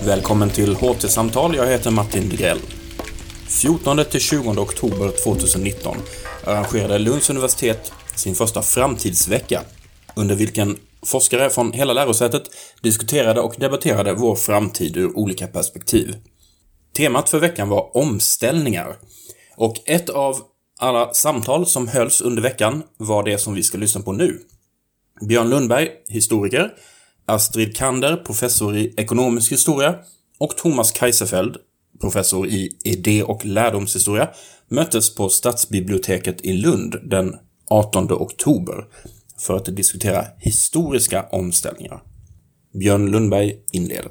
Välkommen till HT-samtal, jag heter Martin Degrell. 14-20 oktober 2019 arrangerade Lunds universitet sin första framtidsvecka, under vilken forskare från hela lärosätet diskuterade och debatterade vår framtid ur olika perspektiv. Temat för veckan var omställningar, och ett av alla samtal som hölls under veckan var det som vi ska lyssna på nu. Björn Lundberg, historiker, Astrid Kander, professor i ekonomisk historia, och Thomas Kaiserfeld, professor i idé- och lärdomshistoria, möttes på Stadsbiblioteket i Lund den 18 oktober för att diskutera historiska omställningar. Björn Lundberg inleder.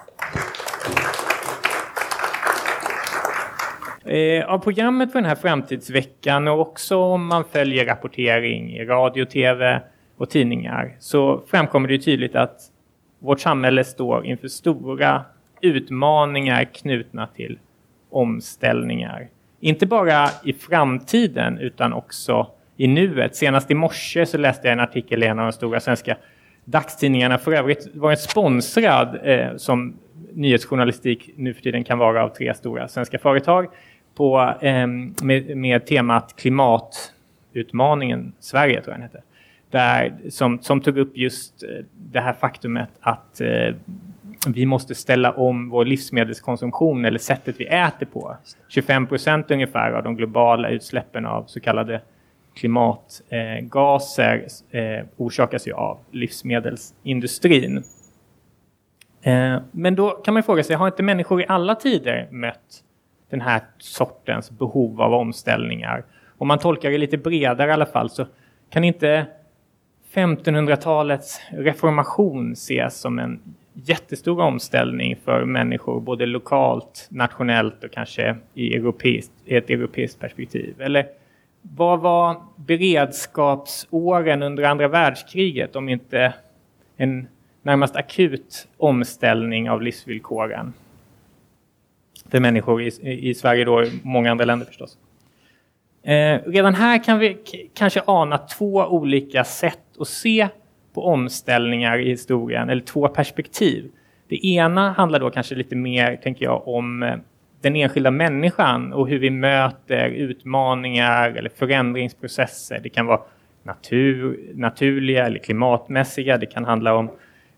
Av programmet för den här framtidsveckan, och också om man följer rapportering i radio, tv och tidningar, så framkommer det tydligt att vårt samhälle står inför stora utmaningar knutna till omställningar. Inte bara i framtiden utan också i nuet. Senast i morse så läste jag en artikel i en av de stora svenska dagstidningarna. För övrigt var den sponsrad som nyhetsjournalistik nu för tiden kan vara av 3 stora svenska företag på, med temat klimatutmaningen Sverige, tror jag den heter. Där, som tog upp just det här faktumet att vi måste ställa om vår livsmedelskonsumtion eller sättet vi äter på. 25% ungefär av de globala utsläppen av så kallade klimatgaser orsakas ju av livsmedelsindustrin. Men då kan man fråga sig, har inte människor i alla tider mött den här sortens behov av omställningar? Om man tolkar det lite bredare i alla fall, så kan inte 1500-talets reformation ses som en jättestor omställning för människor, både lokalt, nationellt och kanske i ett europeiskt perspektiv? Eller vad var beredskapsåren under andra världskriget om inte en närmast akut omställning av livsvillkoren för människor i Sverige då, och många andra länder förstås? Redan här kan vi kanske ana 2 olika sätt att se på omställningar i historien, eller 2 perspektiv. Det ena handlar då kanske lite mer, tänker jag, om den enskilda människan och hur vi möter utmaningar eller förändringsprocesser. Det kan vara naturliga eller klimatmässiga. Det kan handla om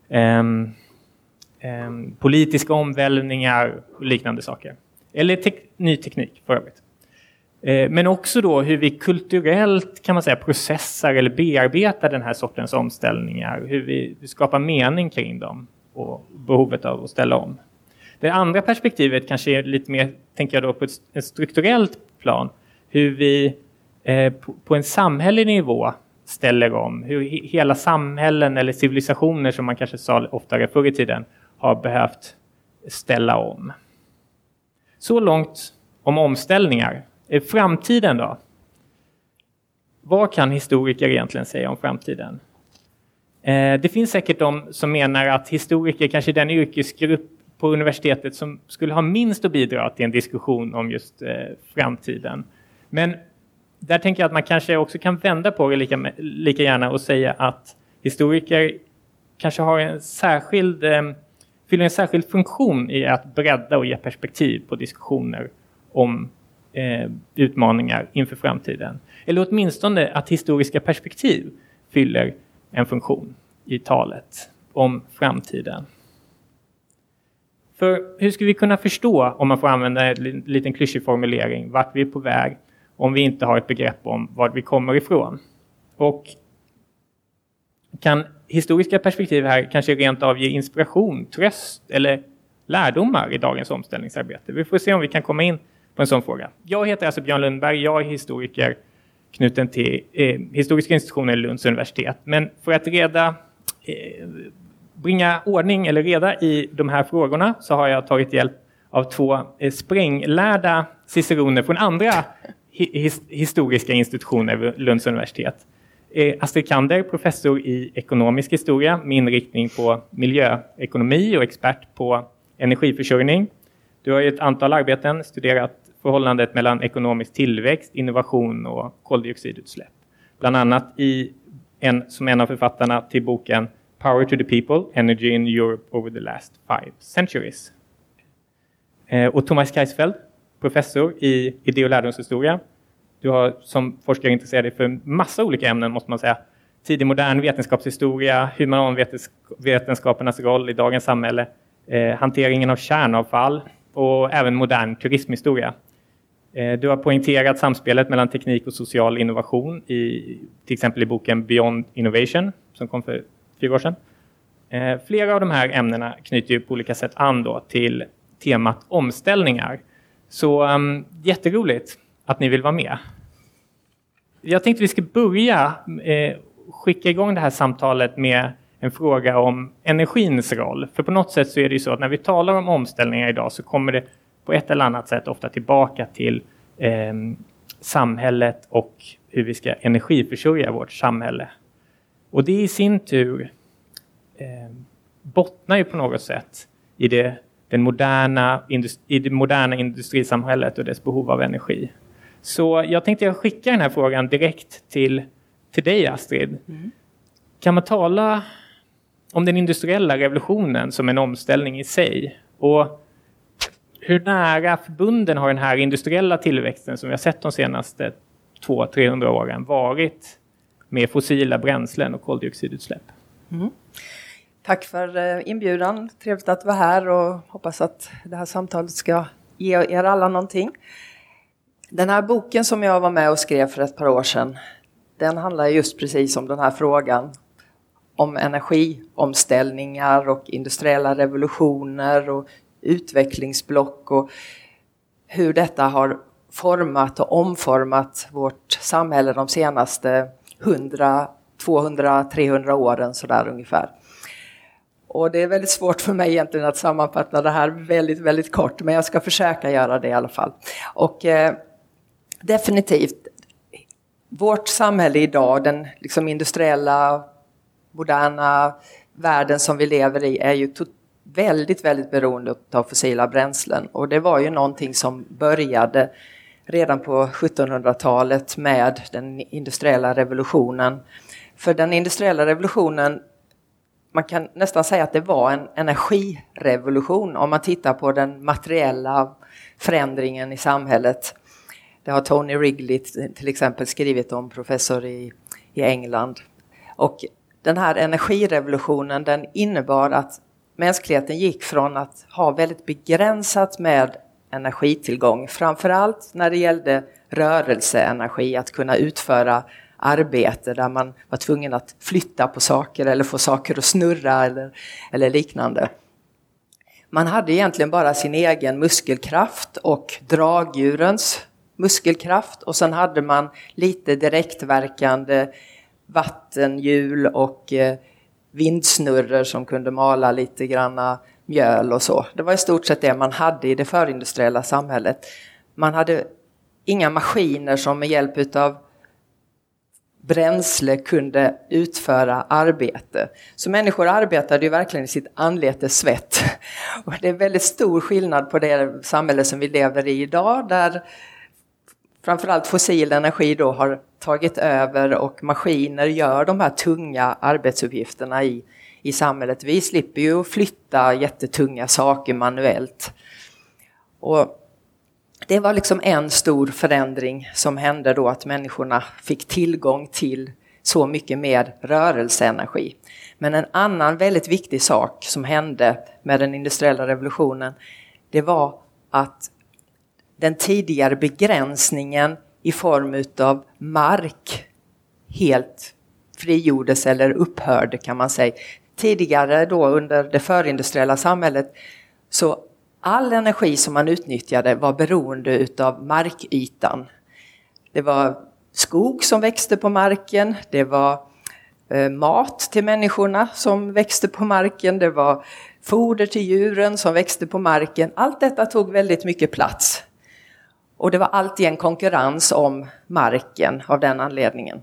politiska omvälvningar och liknande saker. Eller ny teknik för övrigt. Men också då hur vi kulturellt, kan man säga, processar eller bearbetar den här sortens omställningar. Hur vi skapar mening kring dem och behovet av att ställa om. Det andra perspektivet kanske är lite mer, tänker jag då, på ett strukturellt plan. Hur vi på en samhällelig nivå ställer om. Hur hela samhällen eller civilisationer, som man kanske sa oftare förr i tiden, har behövt ställa om. Så långt om omställningar. Framtiden då? Vad kan historiker egentligen säga om framtiden? Det finns säkert de som menar att historiker kanske är den yrkesgrupp på universitetet som skulle ha minst att bidra till en diskussion om just framtiden. Men där tänker jag att man kanske också kan vända på det lika gärna och säga att historiker kanske har fyller en särskild funktion i att bredda och ge perspektiv på diskussioner om utmaningar inför framtiden. Eller åtminstone att historiska perspektiv fyller en funktion i talet om framtiden. För hur ska vi kunna förstå, om man får använda en liten klyschig formulering, vart vi är på väg om vi inte har ett begrepp om var vi kommer ifrån? Och kan historiska perspektiv här kanske rent av ge inspiration, tröst eller lärdomar i dagens omställningsarbete? Vi får se om vi kan komma in på en sån fråga. Jag heter alltså Björn Lundberg, jag är historiker knuten till Historiska institutionen i Lunds universitet. Men för att bringa ordning eller reda i de här frågorna så har jag tagit hjälp av 2 spränglärda ciceroner från andra historiska institutioner vid Lunds universitet. Astrid Kander, professor i ekonomisk historia med inriktning på miljöekonomi och expert på energiförsörjning. Du har i ett antal arbeten studerat förhållandet mellan ekonomisk tillväxt, innovation och koldioxidutsläpp. Bland annat som en av författarna till boken Power to the People, Energy in Europe over the last 5 centuries. Och Thomas Kajsfeldt, professor i idé- och lärdomshistoria. Du har som forskare intresserat dig för massa olika ämnen måste man säga. Tidig modern vetenskapshistoria, humanvetenskapernas roll i dagens samhälle, hanteringen av kärnavfall och även modern turismhistoria. Du har poängterat samspelet mellan teknik och social innovation till exempel i boken Beyond Innovation som kom för 4 år sedan. Flera av de här ämnena knyter ju på olika sätt an då till temat omställningar. Så jätteroligt att ni vill vara med. Jag tänkte vi ska börja skicka igång det här samtalet med en fråga om energins roll. För på något sätt så är det ju så att när vi talar om omställningar idag så kommer det på ett eller annat sätt ofta tillbaka till samhället och hur vi ska energiförsörja vårt samhälle. Och det i sin tur bottnar ju på något sätt i det moderna industrisamhället och dess behov av energi. Så jag tänkte skicka den här frågan direkt till dig, Astrid. Kan man tala om den industriella revolutionen som en omställning i sig? Och hur nära förbunden har den här industriella tillväxten som vi har sett de senaste 200-300 åren varit med fossila bränslen och koldioxidutsläpp? Tack för inbjudan. Trevligt att vara här och hoppas att det här samtalet ska ge er alla någonting. Den här boken som jag var med och skrev för ett par år sedan, den handlar just precis om den här frågan. Om energiomställningar och industriella revolutioner och utvecklingsblock och hur detta har format och omformat vårt samhälle de senaste 100, 200, 300 åren sådär ungefär. Och det är väldigt svårt för mig egentligen att sammanfatta det här väldigt, väldigt kort, men jag ska försöka göra det i alla fall. Och definitivt, vårt samhälle idag, den liksom industriella, moderna världen som vi lever i är ju väldigt, väldigt beroende av fossila bränslen. Och det var ju någonting som började redan på 1700-talet med den industriella revolutionen. För den industriella revolutionen, man kan nästan säga att det var en energirevolution om man tittar på den materiella förändringen i samhället. Det har Tony Wrigley till exempel skrivit om, professor i England. Och den här energirevolutionen, den innebar att mänskligheten gick från att ha väldigt begränsat med energitillgång, framförallt när det gällde rörelseenergi, att kunna utföra arbete där man var tvungen att flytta på saker eller få saker att snurra eller liknande. Man hade egentligen bara sin egen muskelkraft och dragdjurens muskelkraft, och sen hade man lite direktverkande vattenhjul och vindsnurror som kunde mala lite granna mjöl och så. Det var i stort sett det man hade i det förindustriella samhället. Man hade inga maskiner som med hjälp av bränsle kunde utföra arbete. Så människor arbetade ju verkligen i sitt anletes svett. Och det är väldigt stor skillnad på det samhälle som vi lever i idag, där framförallt fossil energi då har tagit över och maskiner gör de här tunga arbetsuppgifterna i samhället. Vi slipper ju flytta jättetunga saker manuellt. Och det var liksom en stor förändring som hände då, att människorna fick tillgång till så mycket mer rörelseenergi. Men en annan väldigt viktig sak som hände med den industriella revolutionen, det var att den tidigare begränsningen i form av mark helt frigjordes eller upphörde, kan man säga. Tidigare då under det förindustriella samhället, så all energi som man utnyttjade var beroende utav markytan. Det var skog som växte på marken, det var mat till människorna som växte på marken, det var foder till djuren som växte på marken. Allt detta tog väldigt mycket plats. Och det var alltid en konkurrens om marken av den anledningen.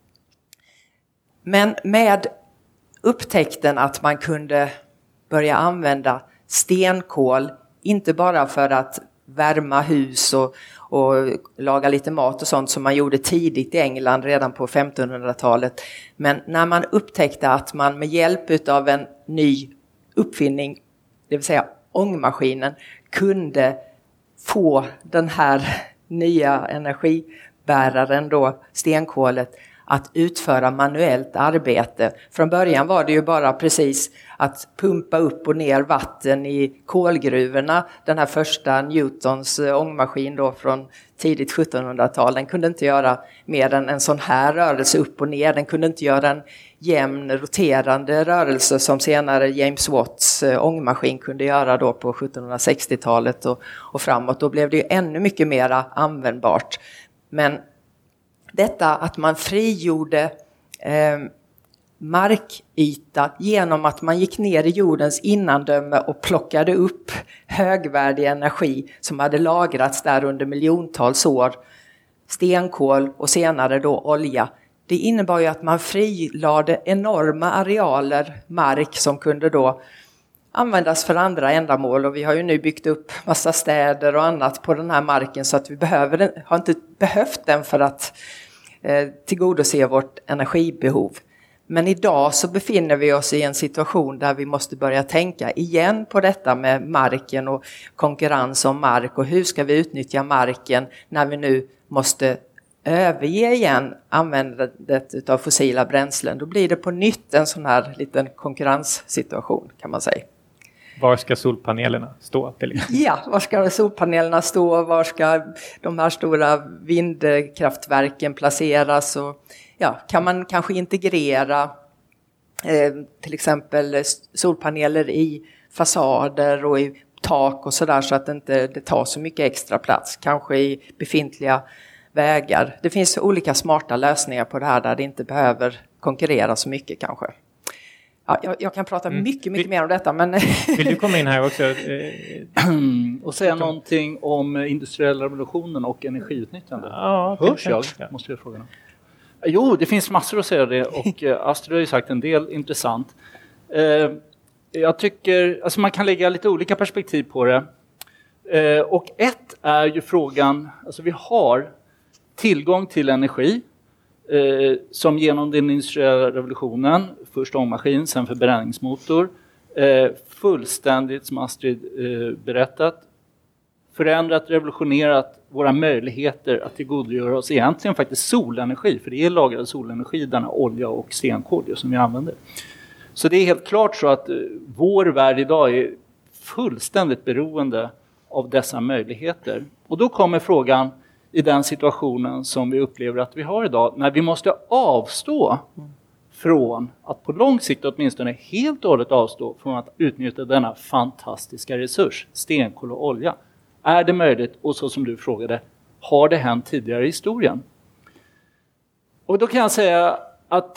Men med upptäckten att man kunde börja använda stenkol, inte bara för att värma hus och laga lite mat och sånt som man gjorde tidigt i England redan på 1500-talet. Men när man upptäckte att man med hjälp av en ny uppfinning, det vill säga ångmaskinen kunde få den här nya energibäraren då, stenkolet, att utföra manuellt arbete. Från början var det ju bara precis att pumpa upp och ner vatten i kolgruvorna. Den här första Newtons ångmaskin då från tidigt 1700-tal, den kunde inte göra mer än en sån här rörelse upp och ner. Den kunde inte göra en jämn roterande rörelse som senare James Watts ångmaskin kunde göra då på 1760-talet och framåt. Då blev det ju ännu mycket mera användbart. Men detta att man frigjorde markyta genom att man gick ner i jordens innandöme och plockade upp högvärdig energi som hade lagrats där under miljontals år, stenkol och senare då olja. Det innebar ju att man frilade enorma arealer mark som kunde då användas för andra ändamål, och vi har ju nu byggt upp massa städer och annat på den här marken, så att vi har inte behövt den för att tillgodose vårt energibehov. Men idag så befinner vi oss i en situation där vi måste börja tänka igen på detta med marken och konkurrens om mark, och hur ska vi utnyttja marken när vi nu måste överge igen användandet av fossila bränslen. Då blir det på nytt en sån här liten konkurrenssituation, kan man säga. Var ska solpanelerna stå? Ja, var ska solpanelerna stå? Var ska de här stora vindkraftverken placeras? Och, ja, kan man kanske integrera till exempel solpaneler i fasader och i tak och sådär, så att det inte tar så mycket extra plats. Kanske i befintliga vägar. Det finns olika smarta lösningar på det här där det inte behöver konkurrera så mycket kanske. Ja, jag kan prata mycket mer om detta, men... Vill du komma in här också? Och säga någonting om industriella revolutionen och energiutnyttjande. Ja, hörs jag? Måste jag fråga. Jo, det finns massor att säga det, och Astrid har ju sagt en del intressant. Jag tycker, alltså man kan lägga lite olika perspektiv på det. Och ett är ju frågan, alltså vi har tillgång till energi som genom den industriella revolutionen, först ångmaskin, sen förbränningsmotor, fullständigt, som Astrid berättat, förändrat, revolutionerat våra möjligheter att tillgodogöra oss egentligen faktiskt solenergi, för det är lagrad solenergi, denna olja och stenkol som vi använder. Så det är helt klart så att vår värld idag är fullständigt beroende av dessa möjligheter. Och då kommer frågan i den situationen som vi upplever att vi har idag, när vi måste avstå från att på lång sikt åtminstone helt och hållet avstå från att utnyttja denna fantastiska resurs, stenkol och olja. Är det möjligt? Och så som du frågade, har det hänt tidigare i historien? Och då kan jag säga att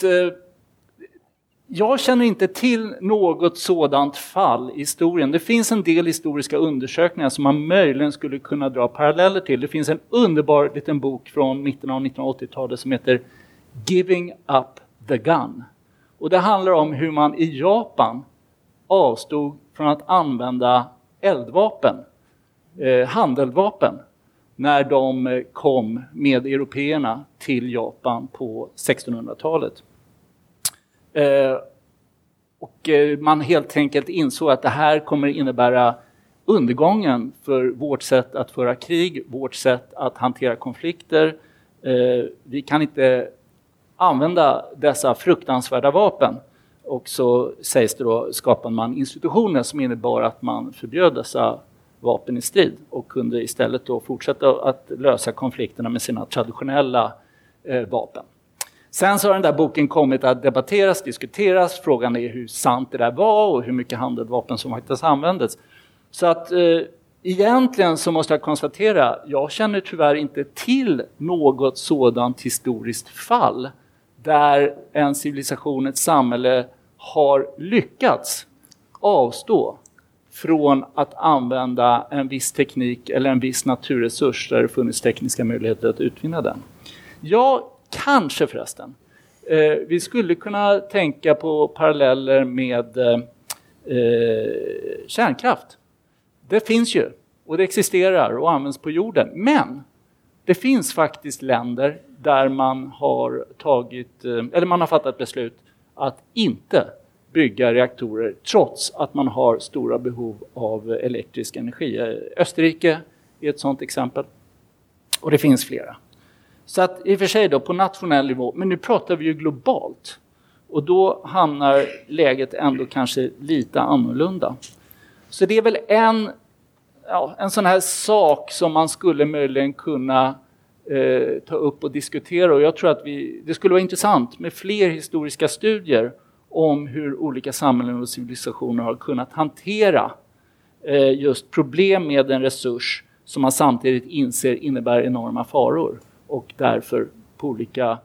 jag känner inte till något sådant fall i historien. Det finns en del historiska undersökningar som man möjligen skulle kunna dra paralleller till. Det finns en underbar liten bok från mitten av 1980-talet som heter Giving Up the Gun. Och det handlar om hur man i Japan avstod från att använda eldvapen, handeldvapen, när de kom med européerna till Japan på 1600-talet. Och man helt enkelt insåg att det här kommer innebära undergången för vårt sätt att föra krig, vårt sätt att hantera konflikter. Vi kan inte använda dessa fruktansvärda vapen. Och så sägs det då, skapade man institutioner som innebar att man förbjöd dessa vapen i strid och kunde istället då fortsätta att lösa konflikterna med sina traditionella vapen. Sen så har den där boken kommit att debatteras, diskuteras. Frågan är hur sant det där var och hur mycket handeldvapen som faktiskt användes. Så att egentligen så måste jag konstatera, jag känner tyvärr inte till något sådant historiskt fall där en civilisation, ett samhälle har lyckats avstå från att använda en viss teknik eller en viss naturresurs där det funnits tekniska möjligheter att utvinna den. Ja, kanske förresten. Vi skulle kunna tänka på paralleller med kärnkraft. Det finns ju och det existerar och används på jorden. Men det finns faktiskt länder där man har fattat beslut att inte bygga reaktorer trots att man har stora behov av elektrisk energi. Österrike är ett sådant exempel. Och det finns flera. Så att i och för sig då på nationell nivå, men nu pratar vi ju globalt. Och då hamnar läget ändå kanske lite annorlunda. Så det är väl en sån här sak som man skulle möjligen kunna ta upp och diskutera. Och jag tror att det skulle vara intressant med fler historiska studier om hur olika samhällen och civilisationer har kunnat hantera just problem med en resurs som man samtidigt inser innebär enorma faror. Och därför på olika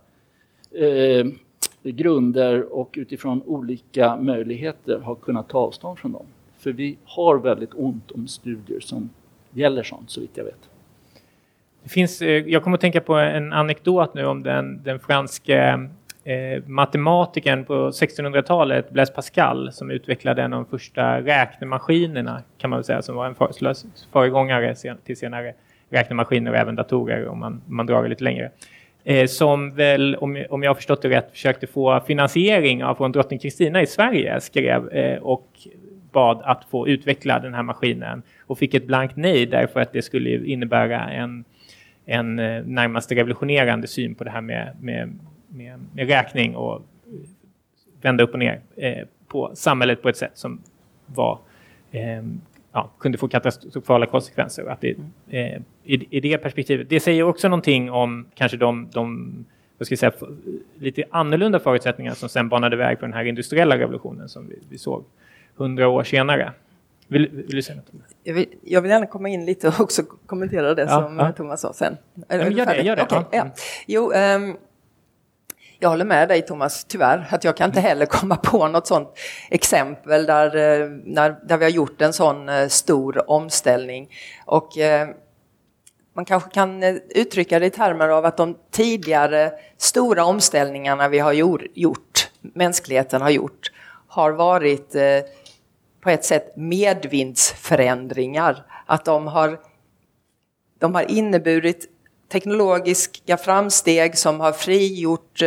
grunder och utifrån olika möjligheter har kunnat ta avstånd från dem. För vi har väldigt ont om studier som gäller sånt, så vitt jag vet. Det finns, jag kommer att tänka på en anekdot nu om den franska matematikern på 1600-talet, Blaise Pascal, som utvecklade en av de första räknemaskinerna, kan man väl säga, som var en föregångare till senare räknemaskiner och även datorer, om man drar det lite längre. Som väl, om jag har förstått det rätt, försökte få finansiering från drottning Kristina i Sverige, skrev och bad att få utveckla den här maskinen och fick ett blankt nej därför att det skulle innebära en närmast revolutionerande syn på det här med räkning och vända upp och ner på samhället på ett sätt som var kunde få katastrofala konsekvenser. Att i det perspektivet. Det säger också någonting om kanske de vad ska jag säga, lite annorlunda förutsättningar som sen banade väg för den här industriella revolutionen som vi såg 100 år senare. Vill du säga något om det? Jag vill gärna komma in lite och också kommentera det som Thomas sa sen. Gör det. Okay, ja. Jo, jag håller med dig, Thomas, tyvärr. Att jag kan inte heller komma på något sånt exempel där vi har gjort en sån stor omställning. Och man kanske kan uttrycka det i termer av att de tidigare stora omställningarna vi har gjort, mänskligheten har gjort, har varit på ett sätt medvindsförändringar. Att de har inneburit teknologiska framsteg som har frigjort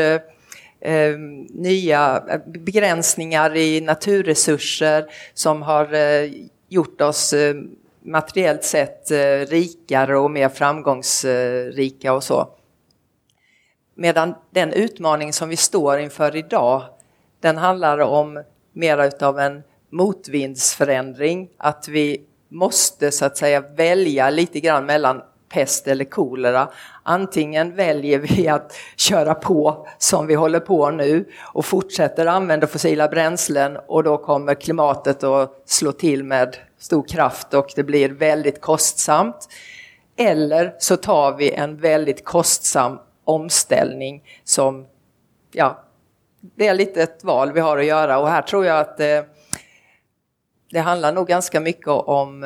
nya begränsningar i naturresurser, som har gjort oss materiellt sett rikare och mer framgångsrika och så. Medan den utmaning som vi står inför idag, den handlar om mer utav en motvindsförändring, att vi måste så att säga välja lite grann mellan pest eller kolera. Antingen väljer vi att köra på som vi håller på nu och fortsätter använda fossila bränslen, och då kommer klimatet att slå till med stor kraft och det blir väldigt kostsamt. Eller så tar vi en väldigt kostsam omställning som, det är lite ett val vi har att göra. Och här tror jag att det handlar nog ganska mycket om,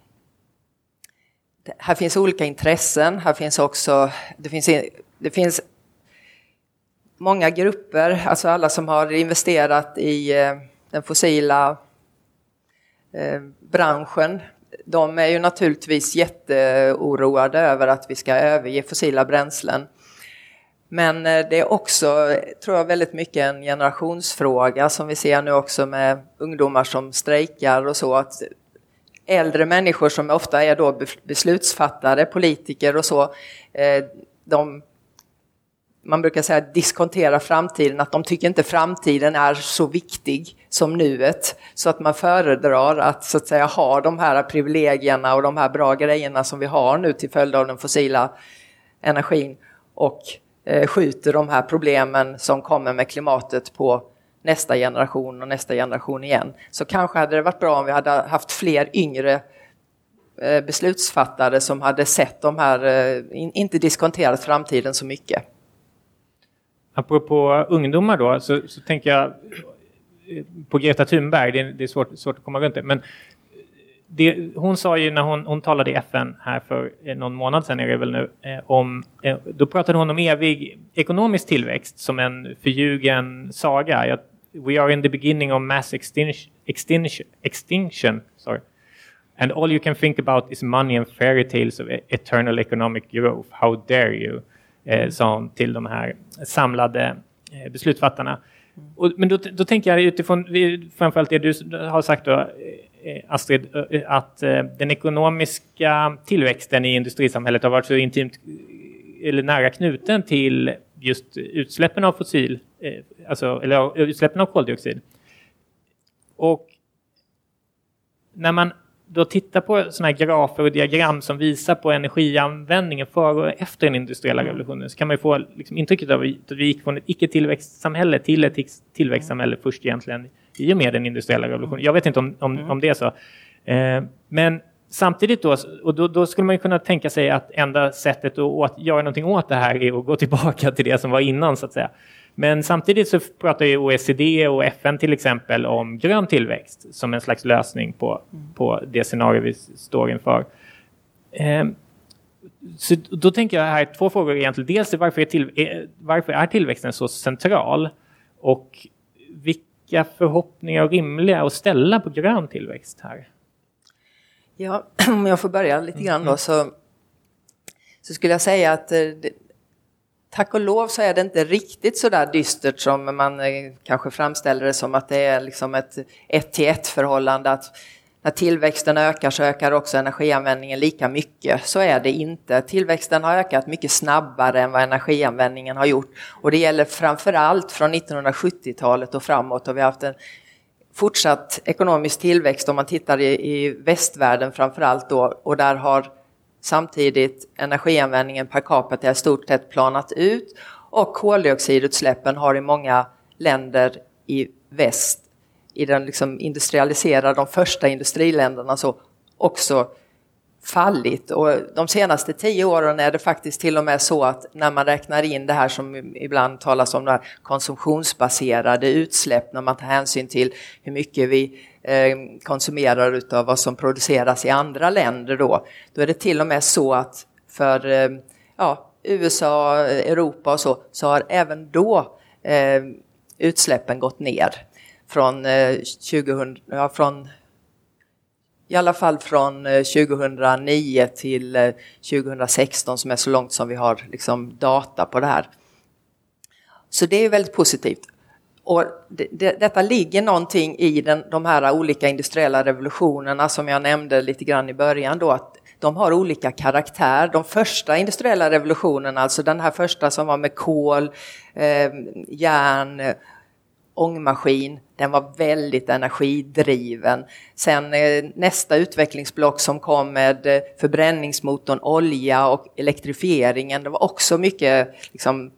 här finns olika intressen, här finns också, det finns många grupper, alltså alla som har investerat i den fossila branschen, de är ju naturligtvis jätteoroade över att vi ska överge fossila bränslen. Men det är också, tror jag, väldigt mycket en generationsfråga som vi ser nu också med ungdomar som strejkar och så, att äldre människor som ofta är då beslutsfattare, politiker och så, man brukar säga diskontera framtiden, att de tycker inte framtiden är så viktig som nuet, så att man föredrar att så att säga ha de här privilegierna och de här bra grejerna som vi har nu till följd av den fossila energin, och skjuter de här problemen som kommer med klimatet på nästa generation och nästa generation igen. Så kanske hade det varit bra om vi hade haft fler yngre beslutsfattare som hade sett de här, inte diskonterat framtiden så mycket. Apropå ungdomar då, så tänker jag på Greta Thunberg, det är svårt att komma runt det, men hon sa ju när hon talade i FN här för någon månad sedan är det väl nu, då pratade hon om evig ekonomisk tillväxt som en förljugen saga. We are in the beginning of mass extinction. Sorry. And all you can think about is money and fairy tales of eternal economic growth. How dare you? Sa hon till de här samlade beslutsfattarna. Men då tänker jag utifrån framförallt det du har sagt då, Astrid, att den ekonomiska tillväxten i industrisamhället har varit så intimt eller nära knuten till just utsläppen av eller utsläppen av koldioxid. Och när man då tittar på såna här grafer och diagram som visar på energianvändningen före och efter den industriella revolutionen, så kan man ju få liksom intrycket av att vi gick från ett icke-tillväxtsamhälle till ett tillväxtsamhälle först egentligen i och med den industriella revolutionen. Jag vet inte om det är så. Men samtidigt då skulle man ju kunna tänka sig att enda sättet att göra någonting åt det här är att gå tillbaka till det som var innan, så att säga. Men samtidigt så pratar ju OECD och FN till exempel om grön tillväxt som en slags lösning på det scenario vi står inför. Så då tänker jag här 2 frågor egentligen. Dels varför är tillväxten så central, och vilka förhoppningar är rimliga att ställa på grön tillväxt här? Ja, om jag får börja lite grann då, så skulle jag säga att tack och lov så är det inte riktigt så där dystert som man kanske framställer det som, att det är liksom ett 1-till-1 förhållande, att när tillväxten ökar så ökar också energianvändningen lika mycket. Så är det inte. Tillväxten har ökat mycket snabbare än vad energianvändningen har gjort, och det gäller framförallt från 1970-talet och framåt, och vi har haft en fortsatt ekonomisk tillväxt om man tittar i västvärlden framförallt då, och där har samtidigt energianvändningen per capita i stort sett planat ut, och koldioxidutsläppen har i många länder i väst, i den liksom industrialiserade, de första industriländerna, så också fallit. Och de senaste 10 åren är det faktiskt till och med så att när man räknar in det här som ibland talas om, det här konsumtionsbaserade utsläpp, när man tar hänsyn till hur mycket vi konsumerar utav vad som produceras i andra länder, då är det till och med så att för USA, Europa och så har även då utsläppen gått ner från 2009 till 2016, som är så långt som vi har liksom data på det här. Så det är väldigt positivt. Och detta ligger någonting i de här olika industriella revolutionerna som jag nämnde lite grann i början då, att de har olika karaktär. De första industriella revolutionerna, alltså den här första som var med kol, järn, ångmaskin, den var väldigt energidriven. Sen nästa utvecklingsblock som kom med förbränningsmotorn, olja och elektrifieringen, det var också mycket liksom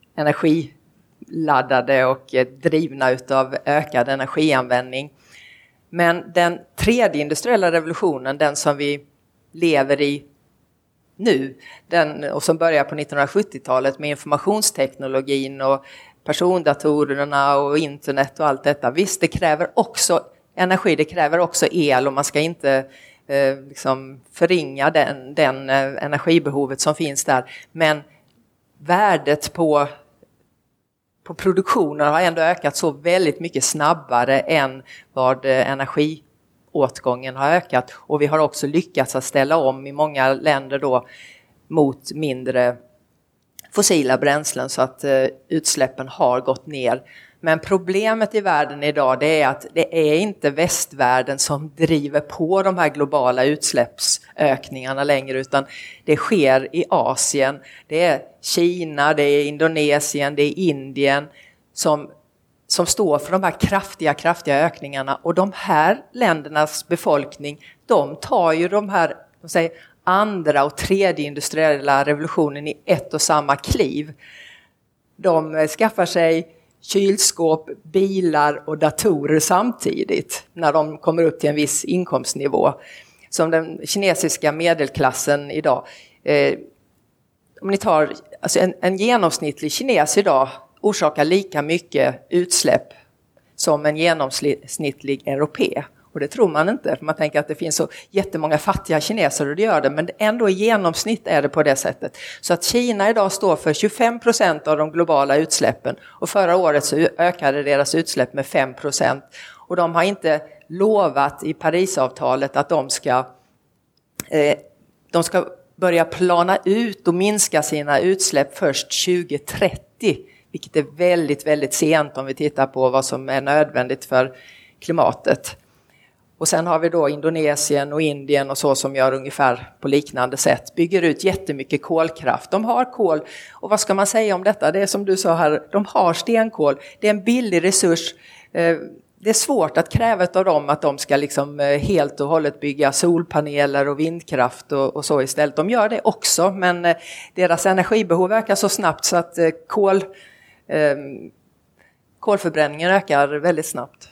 energiladdade och drivna utav ökad energianvändning. Men den tredje industriella revolutionen, den som vi lever i nu, och som börjar på 1970-talet med informationsteknologin och persondatorerna och internet och allt detta. Visst, det kräver också energi, det kräver också el, och man ska inte liksom förringa den energibehovet som finns där. Men värdet på produktionen har ändå ökat så väldigt mycket snabbare än vad energiåtgången har ökat. Och vi har också lyckats att ställa om i många länder då mot mindre fossila bränslen, så att utsläppen har gått ner. Men problemet i världen idag, det är att det är inte västvärlden som driver på de här globala utsläppsökningarna längre, utan det sker i Asien. Det är Kina, det är Indonesien, det är Indien som står för de här kraftiga ökningarna. Och de här ländernas befolkning, de tar ju de här, andra och tredje industriella revolutionen i ett och samma kliv. De skaffar sig kylskåp, bilar och datorer samtidigt när de kommer upp till en viss inkomstnivå. Som den kinesiska medelklassen idag. Om ni tar, alltså en genomsnittlig kines idag orsakar lika mycket utsläpp som en genomsnittlig europé. Och det tror man inte, för man tänker att det finns så jättemånga fattiga kineser och det gör det, men ändå i genomsnitt är det på det sättet. Så att Kina idag står för 25% av de globala utsläppen, och förra året så ökade deras utsläpp med 5%. Och de har inte lovat i Parisavtalet att de ska börja plana ut och minska sina utsläpp först 2030. vilket är väldigt, väldigt sent om vi tittar på vad som är nödvändigt för klimatet. Och sen har vi då Indonesien och Indien och så som gör ungefär på liknande sätt. Bygger ut jättemycket kolkraft. De har kol. Och vad ska man säga om detta? Det är som du sa här, de har stenkol. Det är en billig resurs. Det är svårt att kräva av dem att de ska liksom helt och hållet bygga solpaneler och vindkraft och så istället. De gör det också, men deras energibehov ökar så snabbt så att kolförbränningen ökar väldigt snabbt.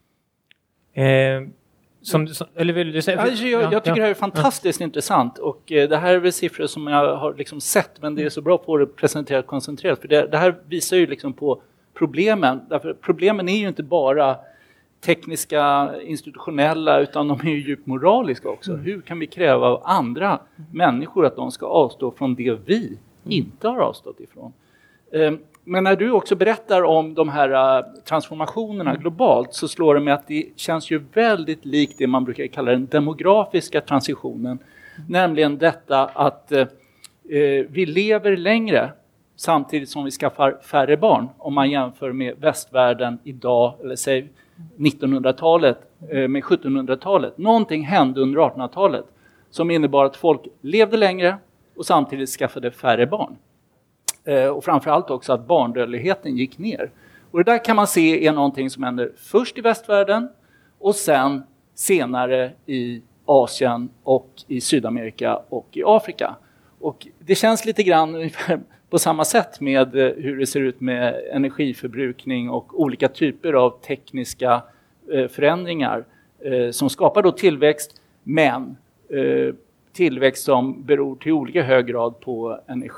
Eller vill du säga? Jag tycker det här är fantastiskt intressant, och det här är väl siffror som jag har liksom sett, men det är så bra på att presentera koncentrerat, för det här visar ju liksom på problemen. Därför problemen är ju inte bara tekniska, institutionella, utan de är ju djupt moraliska också. Hur kan vi kräva av andra människor att de ska avstå från det vi inte har avstått ifrån? Men när du också berättar om de här transformationerna globalt, så slår det mig att det känns ju väldigt likt det man brukar kalla den demografiska transitionen. Nämligen detta att vi lever längre samtidigt som vi skaffar färre barn. Om man jämför med västvärlden idag, eller säg 1900-talet med 1700-talet. Någonting hände under 1800-talet som innebar att folk levde längre och samtidigt skaffade färre barn. Och framförallt också att barndödligheten gick ner. Och det där kan man se är någonting som händer först i västvärlden och sen senare i Asien och i Sydamerika och i Afrika. Och det känns lite grann ungefär på samma sätt med hur det ser ut med energiförbrukning och olika typer av tekniska förändringar som skapar då tillväxt, men tillväxt som beror till olika hög grad på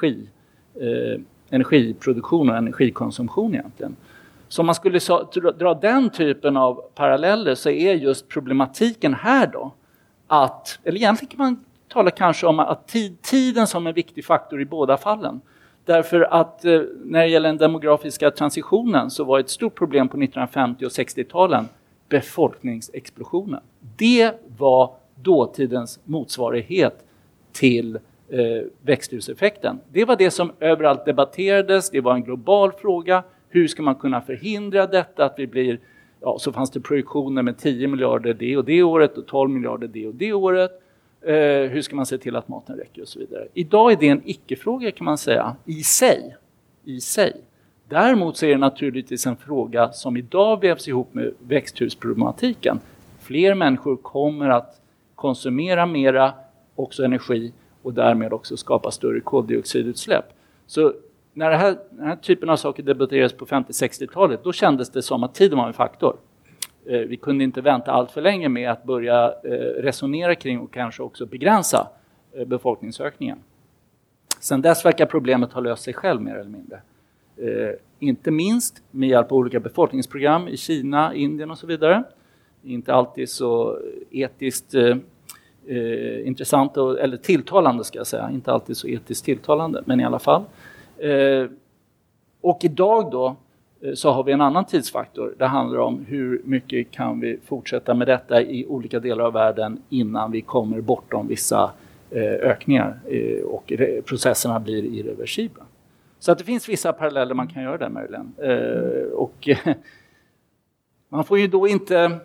energiproduktion och energikonsumtion egentligen. Så om man skulle dra den typen av paralleller, så är just problematiken här då att, eller egentligen kan man tala kanske om att tiden som en viktig faktor i båda fallen. Därför att när det gäller den demografiska transitionen så var ett stort problem på 1950- och 60-talen befolkningsexplosionen. Det var dåtidens motsvarighet till växthuseffekten. Det var det som överallt debatterades, det var en global fråga. Hur ska man kunna förhindra detta att vi blir, ja, så fanns det projektioner med 10 miljarder det och det året och 12 miljarder det och det året. Hur ska man se till att maten räcker och så vidare. Idag är det en icke-fråga kan man säga i sig. Däremot så är det naturligtvis en fråga som idag vävs ihop med växthusproblematiken. Fler människor kommer att konsumera mera också energi och därmed också skapa större koldioxidutsläpp. Så när den här typen av saker debatterades på 50-60-talet, då kändes det som att tiden var en faktor. Vi kunde inte vänta allt för länge med att börja resonera kring och kanske också begränsa befolkningsökningen. Sen dess verkar problemet ha löst sig själv mer eller mindre. Inte minst med hjälp av olika befolkningsprogram i Kina, Indien och så vidare. Inte alltid så etiskt intressant eller tilltalande ska jag säga. Inte alltid så etiskt tilltalande, men i alla fall. Och idag då så har vi en annan tidsfaktor. Det handlar om hur mycket kan vi fortsätta med detta i olika delar av världen innan vi kommer bortom vissa ökningar och processerna blir irreversibla. Så att det finns vissa paralleller man kan göra där möjligen. Och man får ju då inte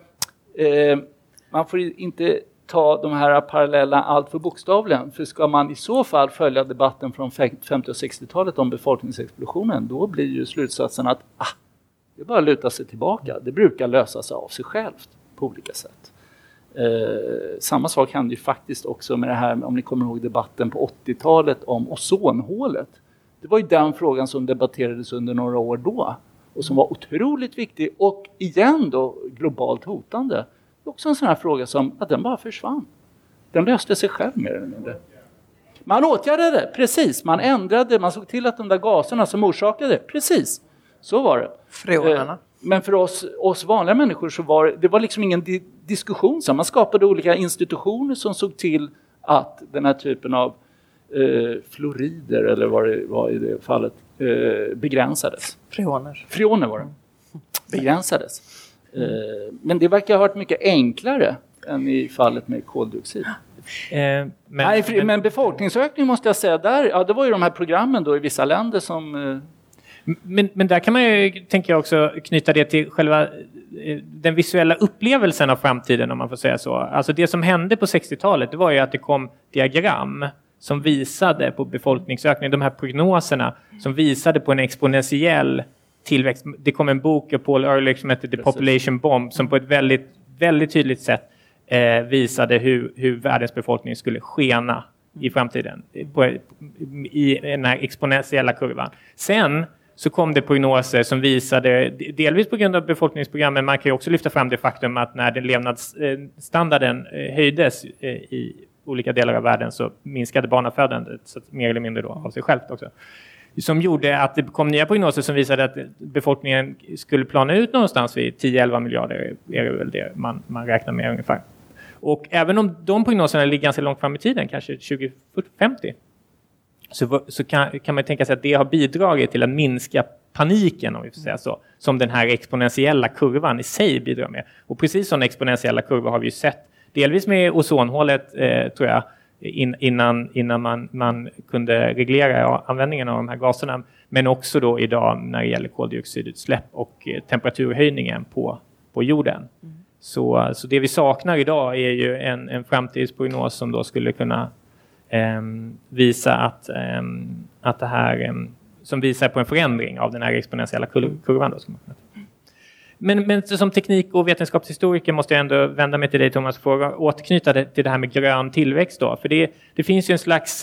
ta de här parallella allt för bokstavligen. För ska man i så fall följa debatten från 50- och 60-talet om befolkningsexplosionen, då blir ju slutsatsen att det är bara att luta sig tillbaka. Det brukar lösa sig av sig självt på olika sätt. Samma sak hände ju faktiskt också med det här, om ni kommer ihåg debatten på 80-talet om ozonhålet. Det var ju den frågan som debatterades under några år då och som var otroligt viktig och igen då globalt hotande. Det är också en sån här fråga som att den bara försvann. Den löste sig själv mer eller mindre. Man åtgärdade, precis. Man ändrade, man såg till att de där gaserna som orsakade, precis. Så var det. Freonerna. Men för oss vanliga människor så var det var liksom ingen diskussion. Så man skapade olika institutioner som såg till att den här typen av fluorider eller vad det var i det fallet begränsades. Freoner var det. Begränsades. Men det verkar ha varit mycket enklare än i fallet med koldioxid. Men befolkningsökning måste jag säga där, ja, det var ju de här programmen då i vissa länder som Men där kan man ju, tänker jag också, knyta det till själva den visuella upplevelsen av framtiden, om man får säga så. Alltså det som hände på 60-talet, det var ju att det kom diagram som visade på befolkningsökning, de här prognoserna som visade på en exponentiell tillväxt. Det kom en bok av Paul Ehrlich som heter The Population Bomb, som på ett väldigt, väldigt tydligt sätt visade hur världens befolkning skulle skena i framtiden i den här exponentiella kurvan. Sen så kom det prognoser som visade, delvis på grund av befolkningsprogrammen, man kan ju också lyfta fram det faktum att när den levnadsstandarden höjdes i olika delar av världen så minskade barnafödandet, så mer eller mindre då av sig självt också. Som gjorde att det kom nya prognoser som visade att befolkningen skulle plana ut någonstans vid 10-11 miljarder, är det väl det man räknar med ungefär. Och även om de prognoserna ligger ganska långt fram i tiden, kanske 2050, så kan man tänka sig att det har bidragit till att minska paniken, om vi får säga så, som den här exponentiella kurvan i sig bidrar med. Och precis sådana exponentiella kurvor har vi ju sett, delvis med ozonhålet tror jag, innan man kunde reglera användningen av de här gaserna, men också då idag när det gäller koldioxidutsläpp och temperaturhöjningen på jorden. Så det vi saknar idag är ju en framtidsprognos som då skulle kunna visa att det här som visar på en förändring av den här exponentiella kurvan då. Men som teknik- och vetenskapshistoriker måste jag ändå vända mig till dig, Thomas, för att återknyta till det här med grön tillväxt då. För det finns ju en slags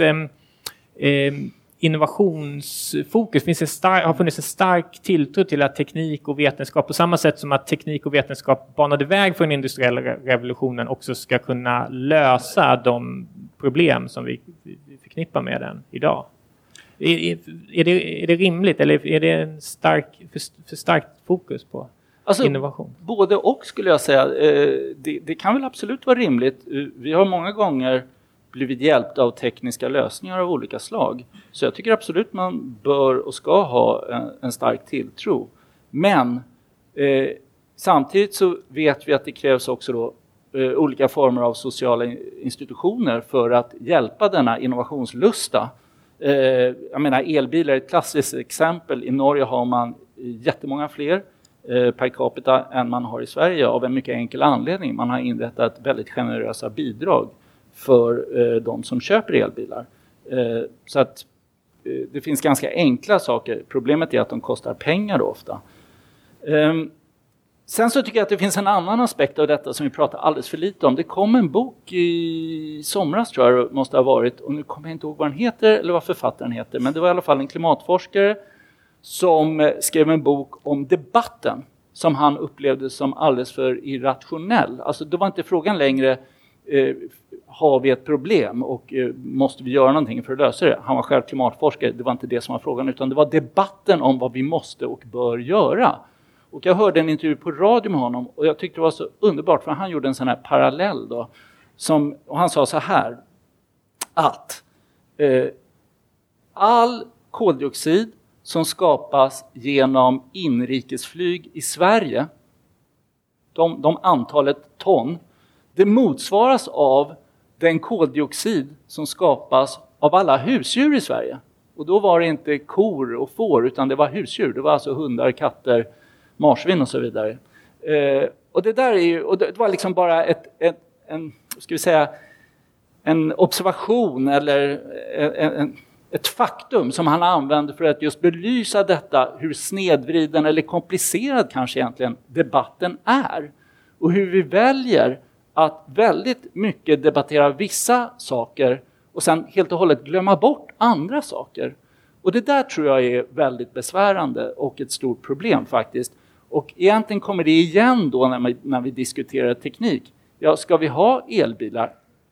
innovationsfokus. Har funnits en stark tilltro till att teknik och vetenskap, på samma sätt som att teknik och vetenskap banade väg för den industriella revolutionen, också ska kunna lösa de problem som vi förknippar med den idag. Är det rimligt, eller är det en för starkt fokus på innovation? Både och skulle jag säga. Det kan väl absolut vara rimligt. Vi har många gånger blivit hjälpta av tekniska lösningar av olika slag. Så jag tycker absolut man bör och ska ha en stark tilltro. Men samtidigt så vet vi att det krävs också då olika former av sociala institutioner för att hjälpa denna innovationslusta. Jag menar, elbilar är ett klassiskt exempel. I Norge har man jättemånga fler per capita än man har i Sverige, av en mycket enkel anledning. Man har inrättat väldigt generösa bidrag för de som köper elbilar. Så att det finns ganska enkla saker. Problemet är att de kostar pengar ofta. Sen så tycker jag att det finns en annan aspekt av detta som vi pratar alldeles för lite om. Det kom en bok i somras, tror jag det måste ha varit, och nu kommer jag inte ihåg vad den heter eller vad författaren heter, men det var i alla fall en klimatforskare som skrev en bok om debatten som han upplevde som alldeles för irrationell. Alltså det var inte frågan längre, har vi ett problem och måste vi göra någonting för att lösa det? Han var själv klimatforskare, det var inte det som var frågan, utan det var debatten om vad vi måste och bör göra. Och jag hörde en intervju på radio med honom och jag tyckte det var så underbart, för han gjorde en sån här parallell då, och han sa så här, att all koldioxid som skapas genom inrikesflyg i Sverige, de antalet ton, det motsvaras av den koldioxid som skapas av alla husdjur i Sverige. Och då var det inte kor och får, utan det var husdjur. Det var alltså hundar, katter, marsvin och så vidare. Och det där är ju, och det var liksom bara en observation eller ett faktum som han använde för att just belysa detta, hur snedvriden eller komplicerad kanske egentligen debatten är. Och hur vi väljer att väldigt mycket debattera vissa saker och sen helt och hållet glömma bort andra saker. Och det där tror jag är väldigt besvärande och ett stort problem faktiskt. Och egentligen kommer det igen då när vi diskuterar teknik. Ja, ska vi ha elbilar?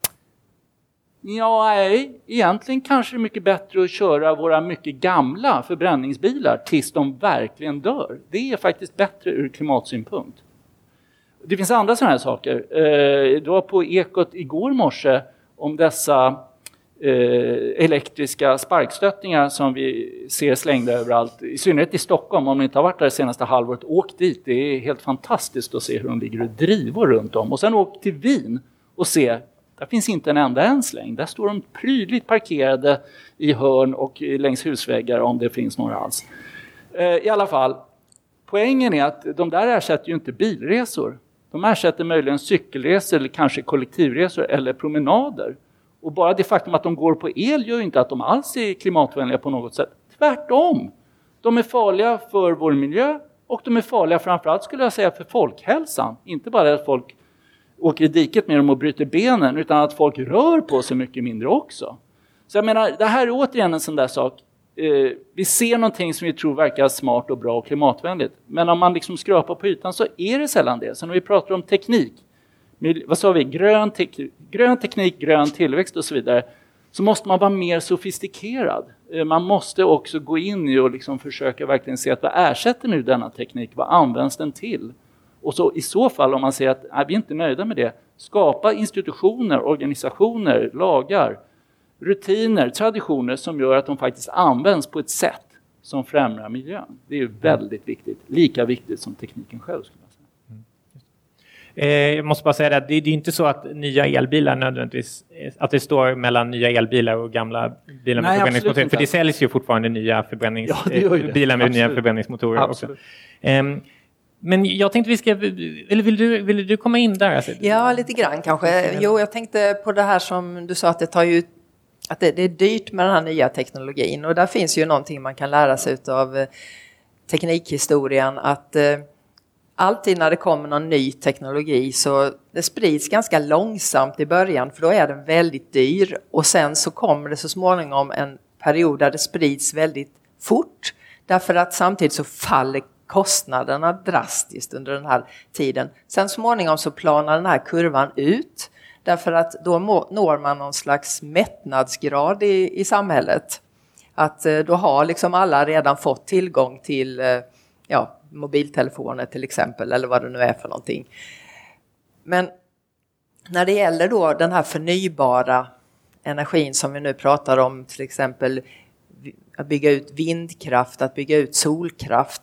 Ja, egentligen kanske det är mycket bättre att köra våra mycket gamla förbränningsbilar tills de verkligen dör. Det är faktiskt bättre ur klimatsynpunkt. Det finns andra sådana här saker. Det var på Ekot igår morse om dessa elektriska sparkstöttingar som vi ser slängda överallt. I synnerhet i Stockholm, om ni inte har varit där det senaste halvåret, åk dit. Det är helt fantastiskt att se hur de ligger och driver runt om. Och sen åk till Wien och se, där finns inte en enda slängd. Där står de prydligt parkerade i hörn och längs husväggar, om det finns några alls. I alla fall, poängen är att de där ersätter ju inte bilresor. De ersätter möjligen cykelresor eller kanske kollektivresor eller promenader. Och bara det faktum att de går på el gör ju inte att de alls är klimatvänliga på något sätt. Tvärtom. De är farliga för vår miljö och de är farliga framförallt skulle jag säga för folkhälsan. Inte bara att folk åker i diket med dem och bryter benen utan att folk rör på sig mycket mindre också. Så jag menar, det här är återigen en sån där sak. Vi ser någonting som vi tror verkar smart och bra och klimatvänligt. Men om man liksom skrapar på ytan så är det sällan det. Så när vi pratar om teknik, vad sa vi? Grön teknik, grön tillväxt och så vidare. Så måste man vara mer sofistikerad. Man måste också gå in i och liksom försöka verkligen se att vad ersätter nu denna teknik? Vad används den till? Och så i så fall om man säger att vi är inte nöjda med det. Skapa institutioner, organisationer, lagar, rutiner, traditioner som gör att de faktiskt används på ett sätt som främjar miljön. Det är ju väldigt viktigt. Lika viktigt som tekniken själv skulle jag säga. Jag måste bara säga att det är inte så att nya elbilar nödvändigtvis, att det står mellan nya elbilar och gamla bilar med förbränningsmotorer. För det säljs ju fortfarande nya bilar med nya förbränningsmotorer också. Men jag tänkte vi ska, eller vill du komma in där? Alltså? Ja, lite grann kanske. Jo, jag tänkte på det här som du sa att det är dyrt med den här nya teknologin. Och där finns ju någonting man kan lära sig av teknikhistorien, att alltid när det kommer någon ny teknologi så det sprids ganska långsamt i början, för då är den väldigt dyr. Och sen så kommer det så småningom en period där det sprids väldigt fort. Därför att samtidigt så faller kostnaderna drastiskt under den här tiden. Sen småningom så planar den här kurvan ut. Därför att då når man någon slags mättnadsgrad i samhället. Att då har liksom alla redan fått tillgång till mobiltelefoner till exempel, eller vad det nu är för någonting. Men när det gäller då den här förnybara energin som vi nu pratar om, till exempel att bygga ut vindkraft, att bygga ut solkraft.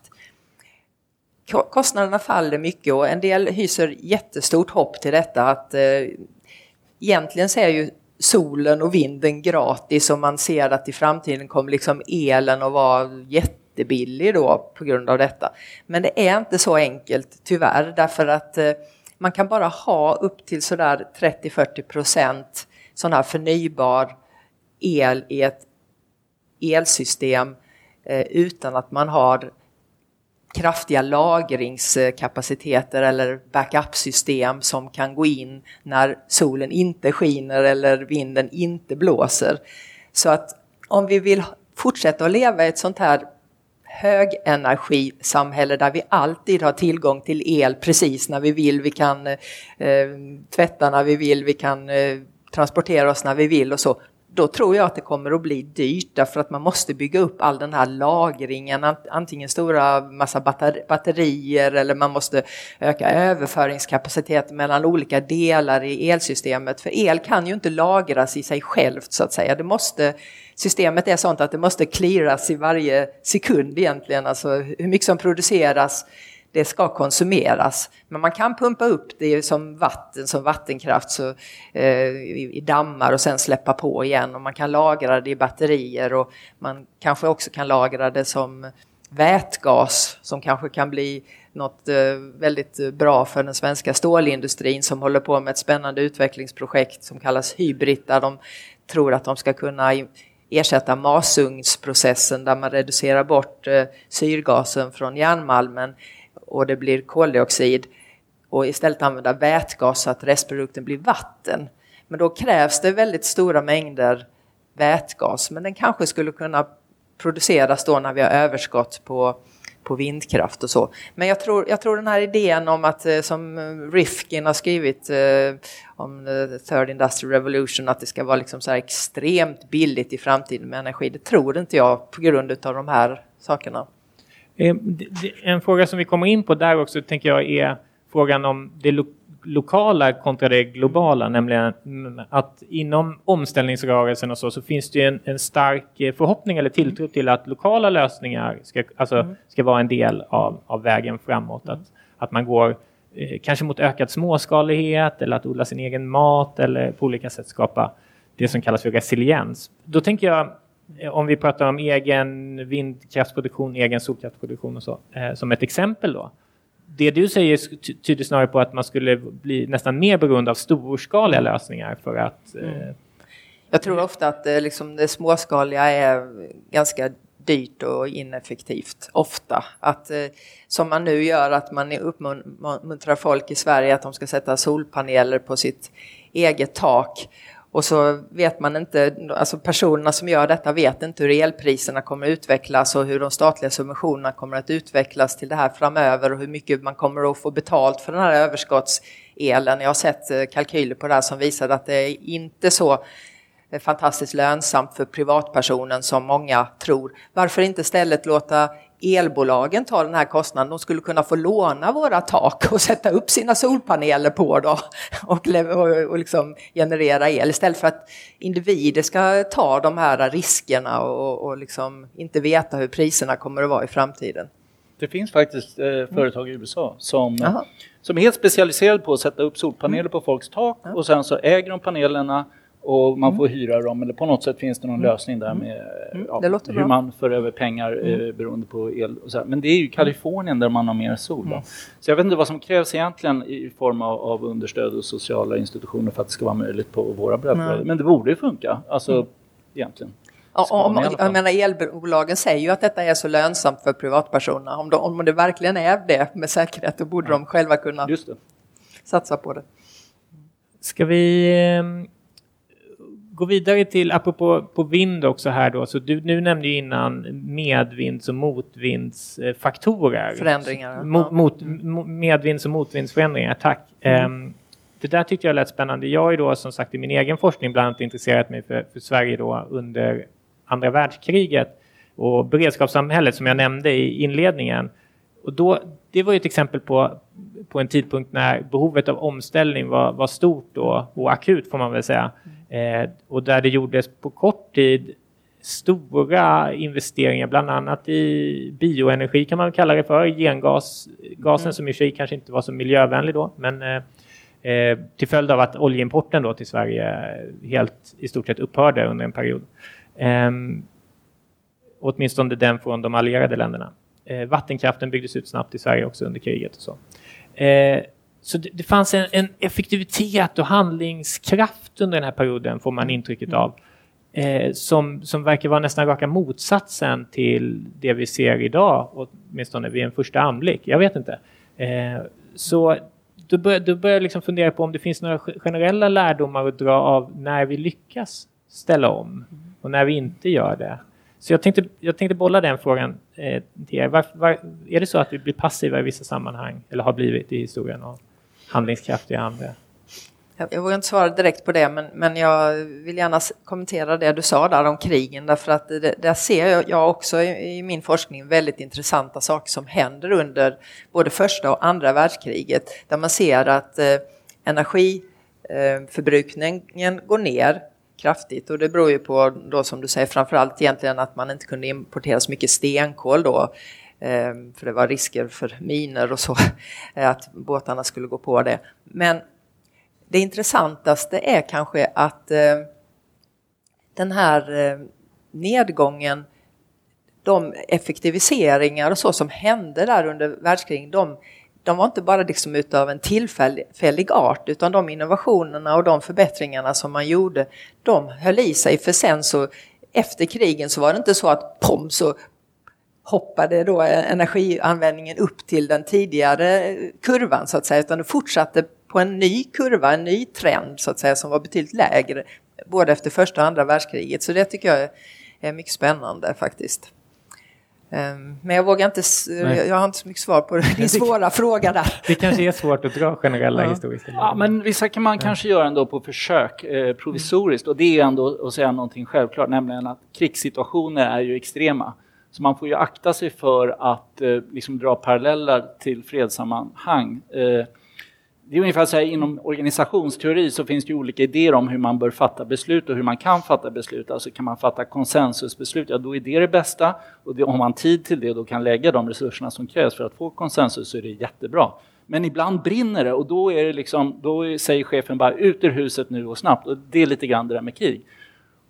Kostnaderna faller mycket och en del hyser jättestort hopp till detta, att egentligen så är ju solen och vinden gratis och man ser att i framtiden kommer liksom elen att vara jättebillig då på grund av detta. Men det är inte så enkelt tyvärr, därför att man kan bara ha upp till sådär 30-40% sån här förnybar el i ett elsystem utan att man har kraftiga lagringskapaciteter eller backup-system som kan gå in när solen inte skiner eller vinden inte blåser. Så att om vi vill fortsätta att leva i ett sånt här högenergisamhälle där vi alltid har tillgång till el precis när vi kan tvätta när vi kan transportera oss när vi vill och så. Då tror jag att det kommer att bli dyrt, därför att man måste bygga upp all den här lagringen, antingen stora massa batterier eller man måste öka överföringskapaciteten mellan olika delar i elsystemet. För el kan ju inte lagras i sig självt så att säga. Systemet är sånt att det måste clearas i varje sekund egentligen, alltså hur mycket som produceras. Det ska konsumeras, men man kan pumpa upp det som vattenkraft så, i dammar och sen släppa på igen, och man kan lagra det i batterier och man kanske också kan lagra det som vätgas som kanske kan bli något väldigt bra för den svenska stålindustrin som håller på med ett spännande utvecklingsprojekt som kallas Hybrid, där de tror att de ska kunna ersätta masugnsprocessen där man reducerar bort syrgasen från järnmalmen och det blir koldioxid, och istället använda vätgas så att restprodukten blir vatten. Men då krävs det väldigt stora mängder vätgas, men den kanske skulle kunna produceras då när vi har överskott på vindkraft och så. Men jag tror den här idén om att, som Rifkin har skrivit om the third industrial revolution, att det ska vara liksom så här extremt billigt i framtiden med energi, det tror inte jag på grund av de här sakerna. En fråga som vi kommer in på där också tänker jag är frågan om det lokala kontra det globala, nämligen att inom omställningsrörelsen och så finns det ju en stark förhoppning eller tilltro till att lokala lösningar ska vara en del av vägen framåt. Att man går kanske mot ökad småskalighet eller att odla sin egen mat eller på olika sätt skapa det som kallas för resiliens. Då tänker jag, om vi pratar om egen vindkraftsproduktion, egen solkraftsproduktion och så, som ett exempel då. Det du säger tyder snarare på att man skulle bli nästan mer beroende av storskaliga lösningar för att... Jag tror ofta att liksom det småskaliga är ganska dyrt och ineffektivt. Ofta. Att, som man nu gör, att man uppmuntrar folk i Sverige att de ska sätta solpaneler på sitt eget tak. Och så vet man inte, alltså personerna som gör detta vet inte hur elpriserna kommer att utvecklas och hur de statliga subventionerna kommer att utvecklas till det här framöver och hur mycket man kommer att få betalt för den här överskottselen. Jag har sett kalkyler på det här som visar att det är inte så fantastiskt lönsamt för privatpersonen som många tror. Varför inte istället låta elbolagen ta den här kostnaden? De skulle kunna få låna våra tak och sätta upp sina solpaneler på då och liksom generera el istället för att individer ska ta de här riskerna och liksom inte veta hur priserna kommer att vara i framtiden. Det finns faktiskt företag i USA som är helt specialiserade på att sätta upp solpaneler på folks tak och sen så äger de panelerna och man får hyra dem, eller på något sätt finns det någon lösning där med hur man för över pengar beroende på el och så här. Men det är ju Kalifornien där man har mer sol då. Så jag vet inte vad som krävs egentligen i form av understöd och sociala institutioner för att det ska vara möjligt på våra breddbrädor. Men det borde ju funka, alltså egentligen. Jag menar, elbolagen säger ju att detta är så lönsamt för privatpersoner. Om det verkligen är det med säkerhet, då borde de själva kunna satsa på det. Ska vi gå vidare till, apropå på vind också här då, så du nämnde ju innan medvinds- och motvindsfaktorer. Förändringar. Medvinds- och motvindsförändringar, tack. Det där tyckte jag lät spännande. Jag är då som sagt i min egen forskning bland annat intresserat mig för Sverige då under andra världskriget och beredskapssamhället som jag nämnde i inledningen. Och då, det var ju ett exempel på en tidpunkt när behovet av omställning var stort då, och akut får man väl säga. Och där det gjordes på kort tid stora investeringar, bland annat i bioenergi kan man kalla det för, gengasen som i sig kanske inte var så miljövänlig då, men till följd av att oljeimporten då till Sverige helt i stort sett upphörde under en period. Åtminstone den från de allierade länderna. Vattenkraften byggdes ut snabbt i Sverige också under kriget och så. Så det fanns en effektivitet och handlingskraft under den här perioden, får man intrycket av, som verkar vara nästan raka motsatsen till det vi ser idag, åtminstone vid en första anblick. Jag vet inte. Så då börjar jag liksom fundera på om det finns några generella lärdomar att dra av när vi lyckas ställa om och när vi inte gör det. Så jag tänkte bolla den frågan till er. Är det så att vi blir passiva i vissa sammanhang eller har blivit i historien och handlingskraftiga i andra? Jag vågar inte svara direkt på det, men jag vill gärna kommentera det du sa där om krigen, därför att där ser jag också i min forskning väldigt intressanta saker som händer under både första och andra världskriget, där man ser att energiförbrukningen går ner kraftigt, och det beror ju på då, som du säger, framförallt egentligen att man inte kunde importera så mycket stenkol då, för det var risker för miner och så, att båtarna skulle gå på det. Men det intressantaste är kanske att den här nedgången, de effektiviseringar och så som hände där under världskriget, de var inte bara liksom utav en tillfällig art, utan de innovationerna och de förbättringarna som man gjorde, de höll i sig, för sen så efter krigen så var det inte så att så hoppade då energianvändningen upp till den tidigare kurvan så att säga, utan det fortsatte på en ny kurva, en ny trend så att säga, som var betydligt lägre både efter första och andra världskriget. Så det tycker jag är mycket spännande faktiskt. Men jag vågar inte, jag har inte så mycket svar på din svåra fråga där. Det kanske är svårt att dra generella historiska. Ja, men vissa kan man kanske göra ändå på försök provisoriskt, och det är ändå att säga någonting självklart, nämligen att krigssituationer är ju extrema. Så man får ju akta sig för att liksom dra paralleller till fredssammanhang. Det är ungefär så här, inom organisationsteori så finns det ju olika idéer om hur man bör fatta beslut och hur man kan fatta beslut. Alltså kan man fatta konsensusbeslut, ja då är det bästa. Och om man tid till det då kan lägga de resurserna som krävs för att få konsensus, så är det jättebra. Men ibland brinner det, och då säger chefen bara ut ur huset nu och snabbt. Och det är lite grann det där med krig.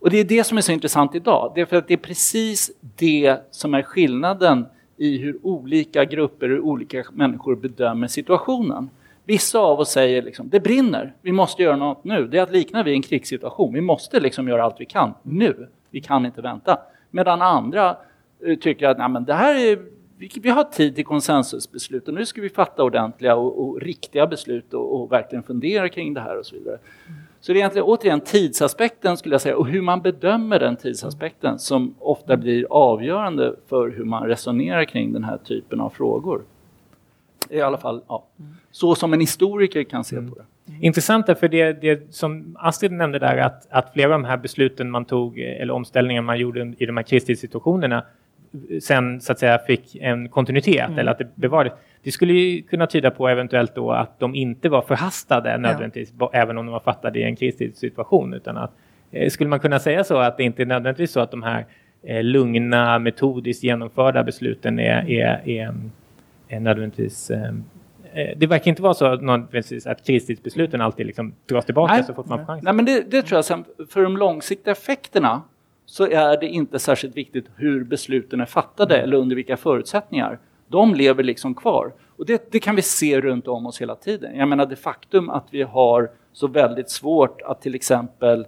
Och det är det som är så intressant idag. Det är för att det är precis det som är skillnaden i hur olika grupper och olika människor bedömer situationen. Vissa av oss säger liksom, det brinner, vi måste göra något nu. Det är att likna vid en krigssituation. Vi måste liksom göra allt vi kan nu. Vi kan inte vänta. Medan andra tycker att nej, men det här är, vi har tid till konsensusbeslut och nu ska vi fatta ordentliga och riktiga beslut och verkligen fundera kring det här och så vidare. Så det är egentligen återigen tidsaspekten skulle jag säga och hur man bedömer den tidsaspekten som ofta blir avgörande för hur man resonerar kring den här typen av frågor. I alla fall, ja. Så som en historiker kan se på det. Intressant är för det som Astrid nämnde där att flera av de här besluten man tog eller omställningar man gjorde i de här kristidssituationerna sen så att säga fick en kontinuitet eller att det bevarades. Det skulle ju kunna tyda på eventuellt då att de inte var förhastade nödvändigtvis även om de var fattade i en kristidssituation utan att skulle man kunna säga så att det inte är nödvändigtvis så att de här lugna metodiskt genomförda besluten är nödvändigtvis det verkar inte vara så nödvändigtvis att kristidsbesluten alltid liksom dras tillbaka så fort man får chansen. Nej, men det tror jag sen, för de långsiktiga effekterna så är det inte särskilt viktigt hur besluten är fattade eller under vilka förutsättningar. De lever liksom kvar. Och det kan vi se runt om oss hela tiden. Jag menar det faktum att vi har så väldigt svårt att till exempel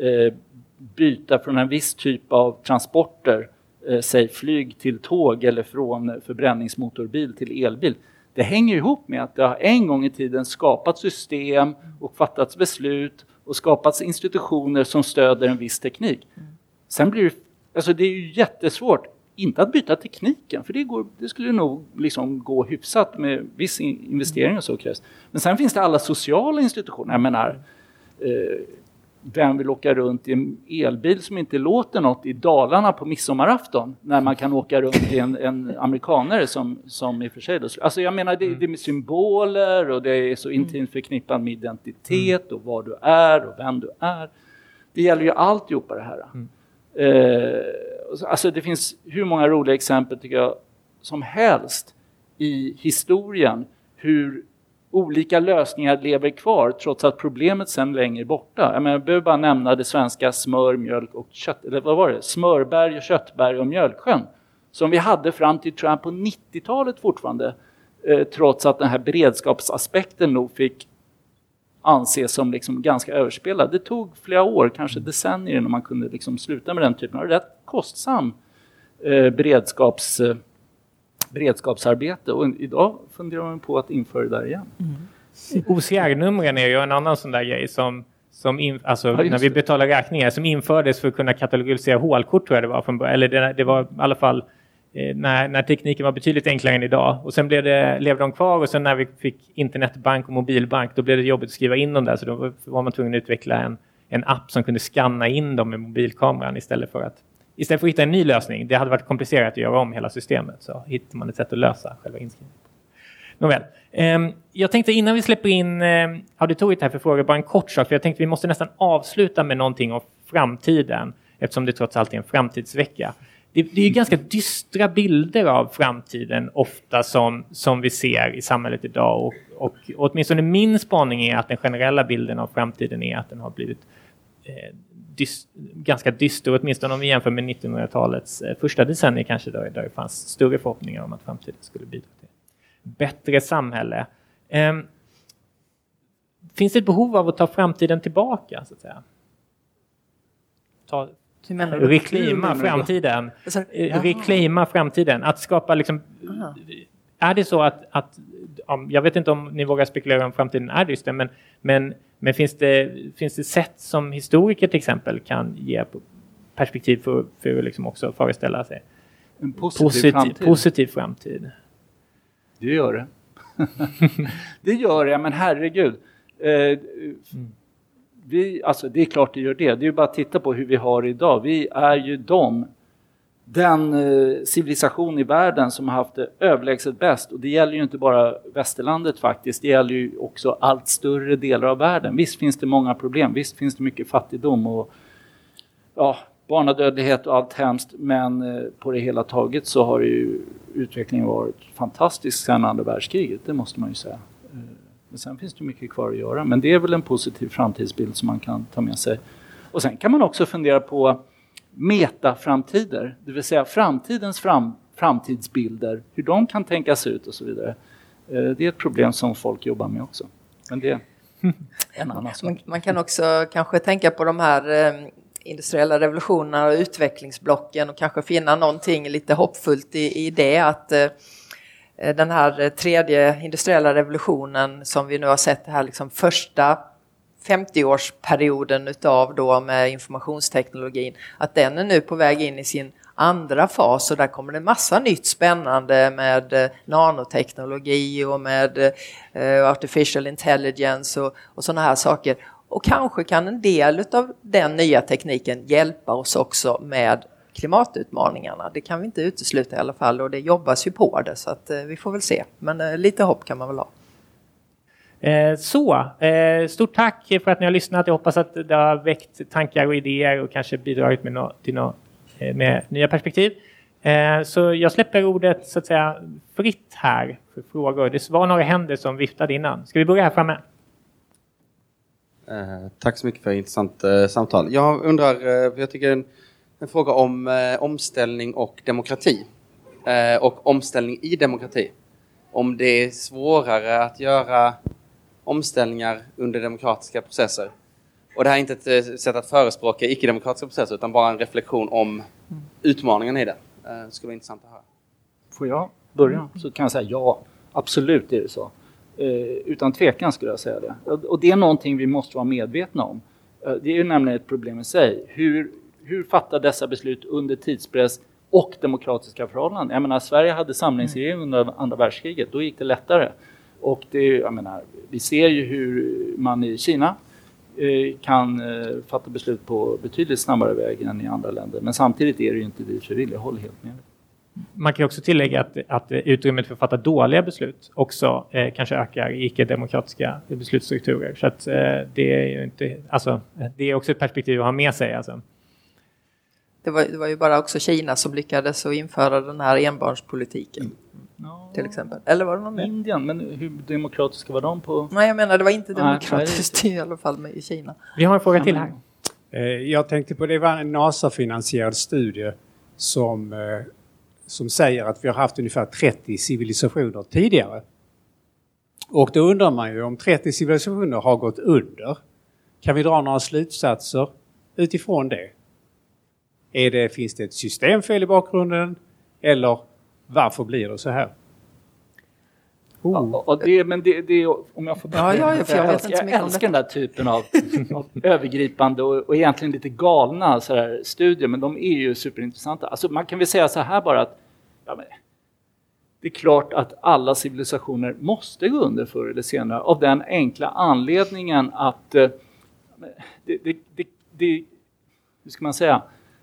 byta från en viss typ av transporter, säg flyg till tåg eller från förbränningsmotorbil till elbil. Det hänger ihop med att det har en gång i tiden skapats system och fattats beslut och skapats institutioner som stöder en viss teknik. Sen blir det är ju jättesvårt, inte att byta tekniken, för det skulle nog liksom gå hyfsat med viss investering och så krävs. Men sen finns det alla sociala institutioner. Jag menar, vem vill åka runt i en elbil som inte låter något i Dalarna på midsommarafton när man kan åka runt i en amerikanare som i och för sig då. Alltså jag menar det är med symboler och det är så intimt förknippat med identitet och vad du är och vem du är. Det gäller ju alltihopa det här. Alltså det finns hur många roliga exempel tycker jag som helst i historien hur olika lösningar lever kvar trots att problemet sen längre borta. Jag behöver bara nämna det svenska smör, mjölk och kött, eller vad var det? Smörberg och köttberg och mjölksjön som vi hade fram till tror jag, på 90-talet fortfarande trots att den här beredskapsaspekten nog fick anses som liksom ganska överspelad. Det tog flera år, kanske decennier innan man kunde liksom sluta med den typen av rätt kostsam beredskapsarbete. Och idag funderar man på att införa det där igen. OCR-numren är ju en annan sån där grej som när vi betalar räkningar som infördes för att kunna katalogisera hålkort tror jag det var från början. Eller det var i alla fall när tekniken var betydligt enklare än idag. Och sen levde de kvar och sen när vi fick internetbank och mobilbank då blev det jobbigt att skriva in dem där. Så då var man tvungen att utveckla en app som kunde scanna in dem med mobilkameran istället för att hitta en ny lösning. Det hade varit komplicerat att göra om hela systemet. Så hittar man ett sätt att lösa själva inskrivningen. Nåväl. Jag tänkte innan vi släpper in auditoriet här för frågor bara en kort sak. För jag tänkte vi måste nästan avsluta med någonting om framtiden. Eftersom det trots allt är en framtidsvecka. Det är ju ganska dystra bilder av framtiden ofta som vi ser i samhället idag. Och åtminstone min spaning är att den generella bilden av framtiden är att den har blivit ganska dyster. Åtminstone om vi jämför med 1900-talets första decennier kanske där det fanns större förhoppningar om att framtiden skulle bidra till bättre samhälle. Finns det ett behov av att ta framtiden tillbaka så att säga? Reclaima framtiden. Att skapa liksom... Är det så att jag vet inte om ni vågar spekulera om framtiden är dyster, men finns det sätt som historiker till exempel kan ge perspektiv för att liksom också föreställa sig en positiv framtid? Det gör det. Det gör det, men herregud. Det är klart det gör det. Det är ju bara att titta på hur vi har idag. Vi är ju den civilisation i världen som har haft det överlägset bäst. Och det gäller ju inte bara västerlandet faktiskt. Det gäller ju också allt större delar av världen. Visst finns det många problem. Visst finns det mycket fattigdom och barnadödlighet och allt hemskt. Men på det hela taget så har ju utvecklingen varit fantastisk sedan andra världskriget. Det måste man ju säga. Men sen finns det mycket kvar att göra. Men det är väl en positiv framtidsbild som man kan ta med sig. Och sen kan man också fundera på metaframtider, det vill säga framtidens framtidsbilder, hur de kan tänkas ut och så vidare. Det är ett problem som folk jobbar med också. Men det är en annan sak. Man kan också kanske tänka på de här industriella revolutionerna och utvecklingsblocken och kanske finna någonting lite hoppfullt i det, att den här tredje industriella revolutionen som vi nu har sett här liksom första 50-årsperioden utav då med informationsteknologin, att den är nu på väg in i sin andra fas, och där kommer det en massa nytt spännande med nanoteknologi och med artificial intelligence och sådana här saker. Och kanske kan en del av den nya tekniken hjälpa oss också med klimatutmaningarna. Det kan vi inte utesluta i alla fall, och det jobbas ju på det, så att vi får väl se. Men lite hopp kan man väl ha. Stort tack för att ni har lyssnat. Jag hoppas att det har väckt tankar och idéer och kanske bidragit med nya perspektiv. Så jag släpper ordet så att säga fritt här för frågor. Det var några händer som viftade innan. Ska vi börja här framme? Tack så mycket för intressant samtal. Jag undrar, jag tycker en fråga om omställning och demokrati. Och omställning i demokrati. Om det är svårare att göra omställningar under demokratiska processer. Och det här är inte ett sätt att förespråka icke-demokratiska processer, utan bara en reflektion om utmaningen i det. Det skulle vara intressant att höra. Får jag börja? Så kan jag säga ja, absolut är det så. Utan tvekan skulle jag säga det. Och det är någonting vi måste vara medvetna om. Det är ju nämligen ett problem i sig. Hur fattar dessa beslut under tidspress och demokratiska förhållanden? Jag menar, Sverige hade samlingsregering under andra världskriget. Då gick det lättare. Och vi ser ju hur man i Kina kan fatta beslut på betydligt snabbare väg än i andra länder. Men samtidigt är det ju inte dit för vilja. Jag håller helt med. Man kan också tillägga att utrymmet för att fatta dåliga beslut också kanske ökar i icke-demokratiska beslutsstrukturer. Så att det är ju inte, alltså, det är också ett perspektiv att ha med sig. Alltså. Det var ju bara också Kina som lyckades att införa den här enbarnspolitiken. Till exempel. Eller var det någon Indien, men hur demokratiska var de på? Nej, jag menar det var inte demokratiskt i alla fall med i Kina. Vi har en fråga till här. Jag tänkte på, det var en NASA-finansierad studie som säger att vi har haft ungefär 30 civilisationer tidigare. Och då undrar man ju, om 30 civilisationer har gått under, kan vi dra några slutsatser utifrån det? Finns det ett systemfel i bakgrunden? Eller varför blir det så här? Om jag får jag älskar den där typen av övergripande och egentligen lite galna så här, studier, men de är ju superintressanta. Alltså, man kan väl säga så här bara att det är klart att alla civilisationer måste gå under förr eller senare, av den enkla anledningen att hur ska man säga?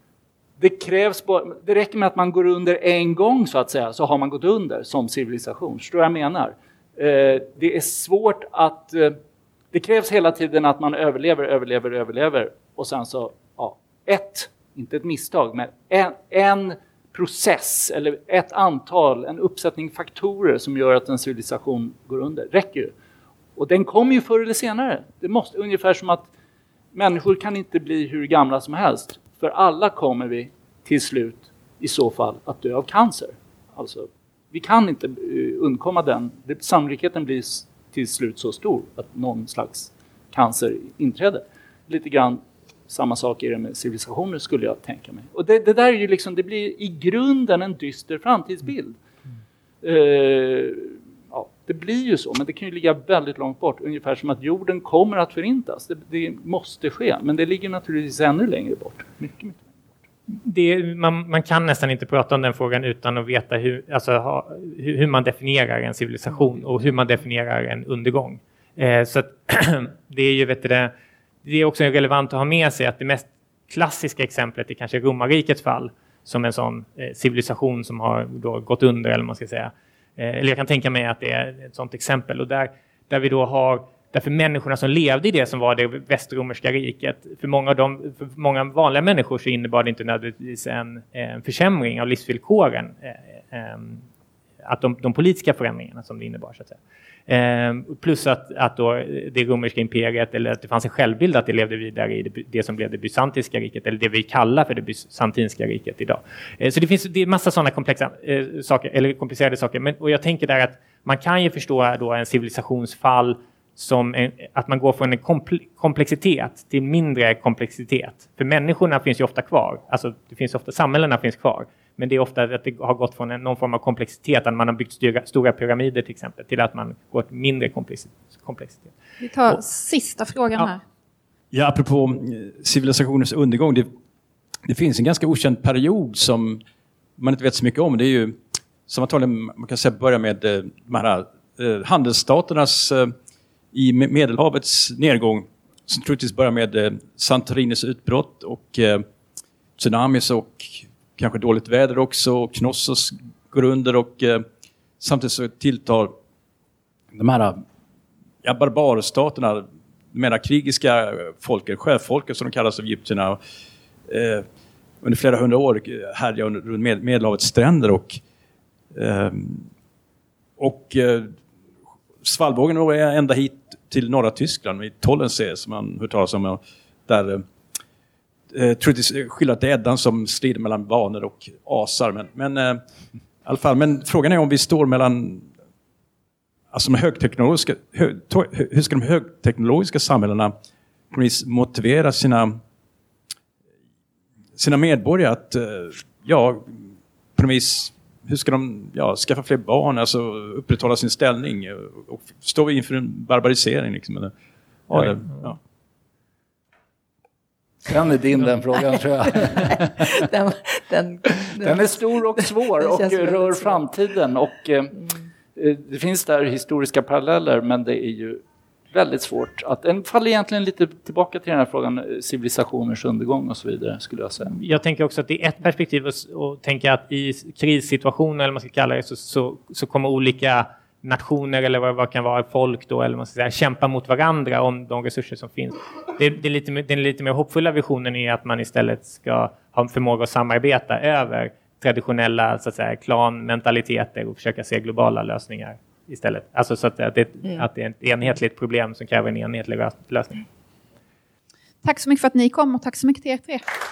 Det räcker med att man går under en gång så att säga, så har man gått under som civilisation. Förstår jag menar? Det är svårt att... Det krävs hela tiden att man överlever och sen så, inte ett misstag, men en process eller en uppsättning faktorer som gör att en civilisation går under. Räcker ju. Och den kommer ju förr eller senare. Det måste, ungefär som att människor kan inte bli hur gamla som helst. För alla kommer vi till slut i så fall att dö av cancer. Alltså, vi kan inte undkomma den. Sannolikheten blir till slut så stor att någon slags cancer inträder. Lite grann samma sak är det med civilisationer, skulle jag tänka mig. Och det där är ju liksom, det blir i grunden en dyster framtidsbild. Det blir ju så, men det kan ju ligga väldigt långt bort. Ungefär som att jorden kommer att förintas. Det måste ske, men det ligger naturligtvis ännu längre bort. Mycket längre bort. Man kan nästan inte prata om den frågan utan att veta hur man definierar en civilisation och hur man definierar en undergång. Så att, det är ju, det är också relevant att ha med sig att det mest klassiska exemplet är kanske romarrikets fall, som en sån civilisation som har då gått under, eller man ska säga. Eller jag kan tänka mig att det är ett sånt exempel. Och där vi då har, därför människorna som levde i det som var det västromerska riket, för många vanliga människor så innebar det inte nödvändigtvis en försämring av livsvillkoren. att de politiska förändringarna som det innebar, så att säga. Plus att då det romerska imperiet, eller att det fanns en självbild att det levde vidare i det som blev det bysantinska riket, eller det vi kallar för det bysantinska riket idag. Så det är massa sådana komplexa saker, eller komplicerade saker. Och jag tänker där att man kan ju förstå då en civilisationsfall som att man går från en komplexitet till mindre komplexitet. För människorna finns ju ofta kvar. Alltså det finns ofta, samhällena finns kvar. Men det är ofta att det har gått från någon form av komplexitet, att man har byggt stora pyramider till exempel, till att man går till mindre komplexitet. Vi tar sista frågan här. Ja, apropå civilisationens undergång. Det finns en ganska okänd period som man inte vet så mycket om. Det är ju, som man kan säga, börja med de här handelsstaternas i Medelhavets nedgång, som troligtvis börjar med Santorinis utbrott och tsunamis och kanske dåligt väder också. Knossos går under och samtidigt så tilltar de här barbarstaterna, de mera krigiska folken, sjöfolket som de kallas av egyptierna, under flera hundra år härjar runt Medelhavets stränder och svallvågen är ända hit till norra Tyskland, i Tollensee som man hört talas om, där troligtvis skildrat Eddan som strider mellan vanor och asar. Men i alla fall, men frågan är om vi står mellan, alltså de högteknologiska, hur ska de högteknologiska samhällena motivera sina medborgare att på något vis, hur ska de skaffa fler barn, alltså upprätthålla sin ställning, och står vi inför en barbarisering liksom, eller Den är din, den frågan, tror jag. Den är stor och svår och rör framtiden. Och det finns där historiska paralleller, men det är ju väldigt svårt. Den faller egentligen lite tillbaka till den här frågan, civilisationers undergång och så vidare, skulle jag säga. Jag tänker också att det är ett perspektiv att tänka att i krissituationer, eller man ska kalla det, så kommer olika nationer eller vad kan vara, folk då, eller man ska säga, kämpa mot varandra om de resurser som finns. Den lite mer hoppfulla visionen är att man istället ska ha en förmåga att samarbeta över traditionella, så att säga, klanmentaliteter och försöka se globala lösningar istället. Alltså så att det är ett enhetligt problem som kräver en enhetlig lösning. Tack så mycket för att ni kom, och tack så mycket till er tre.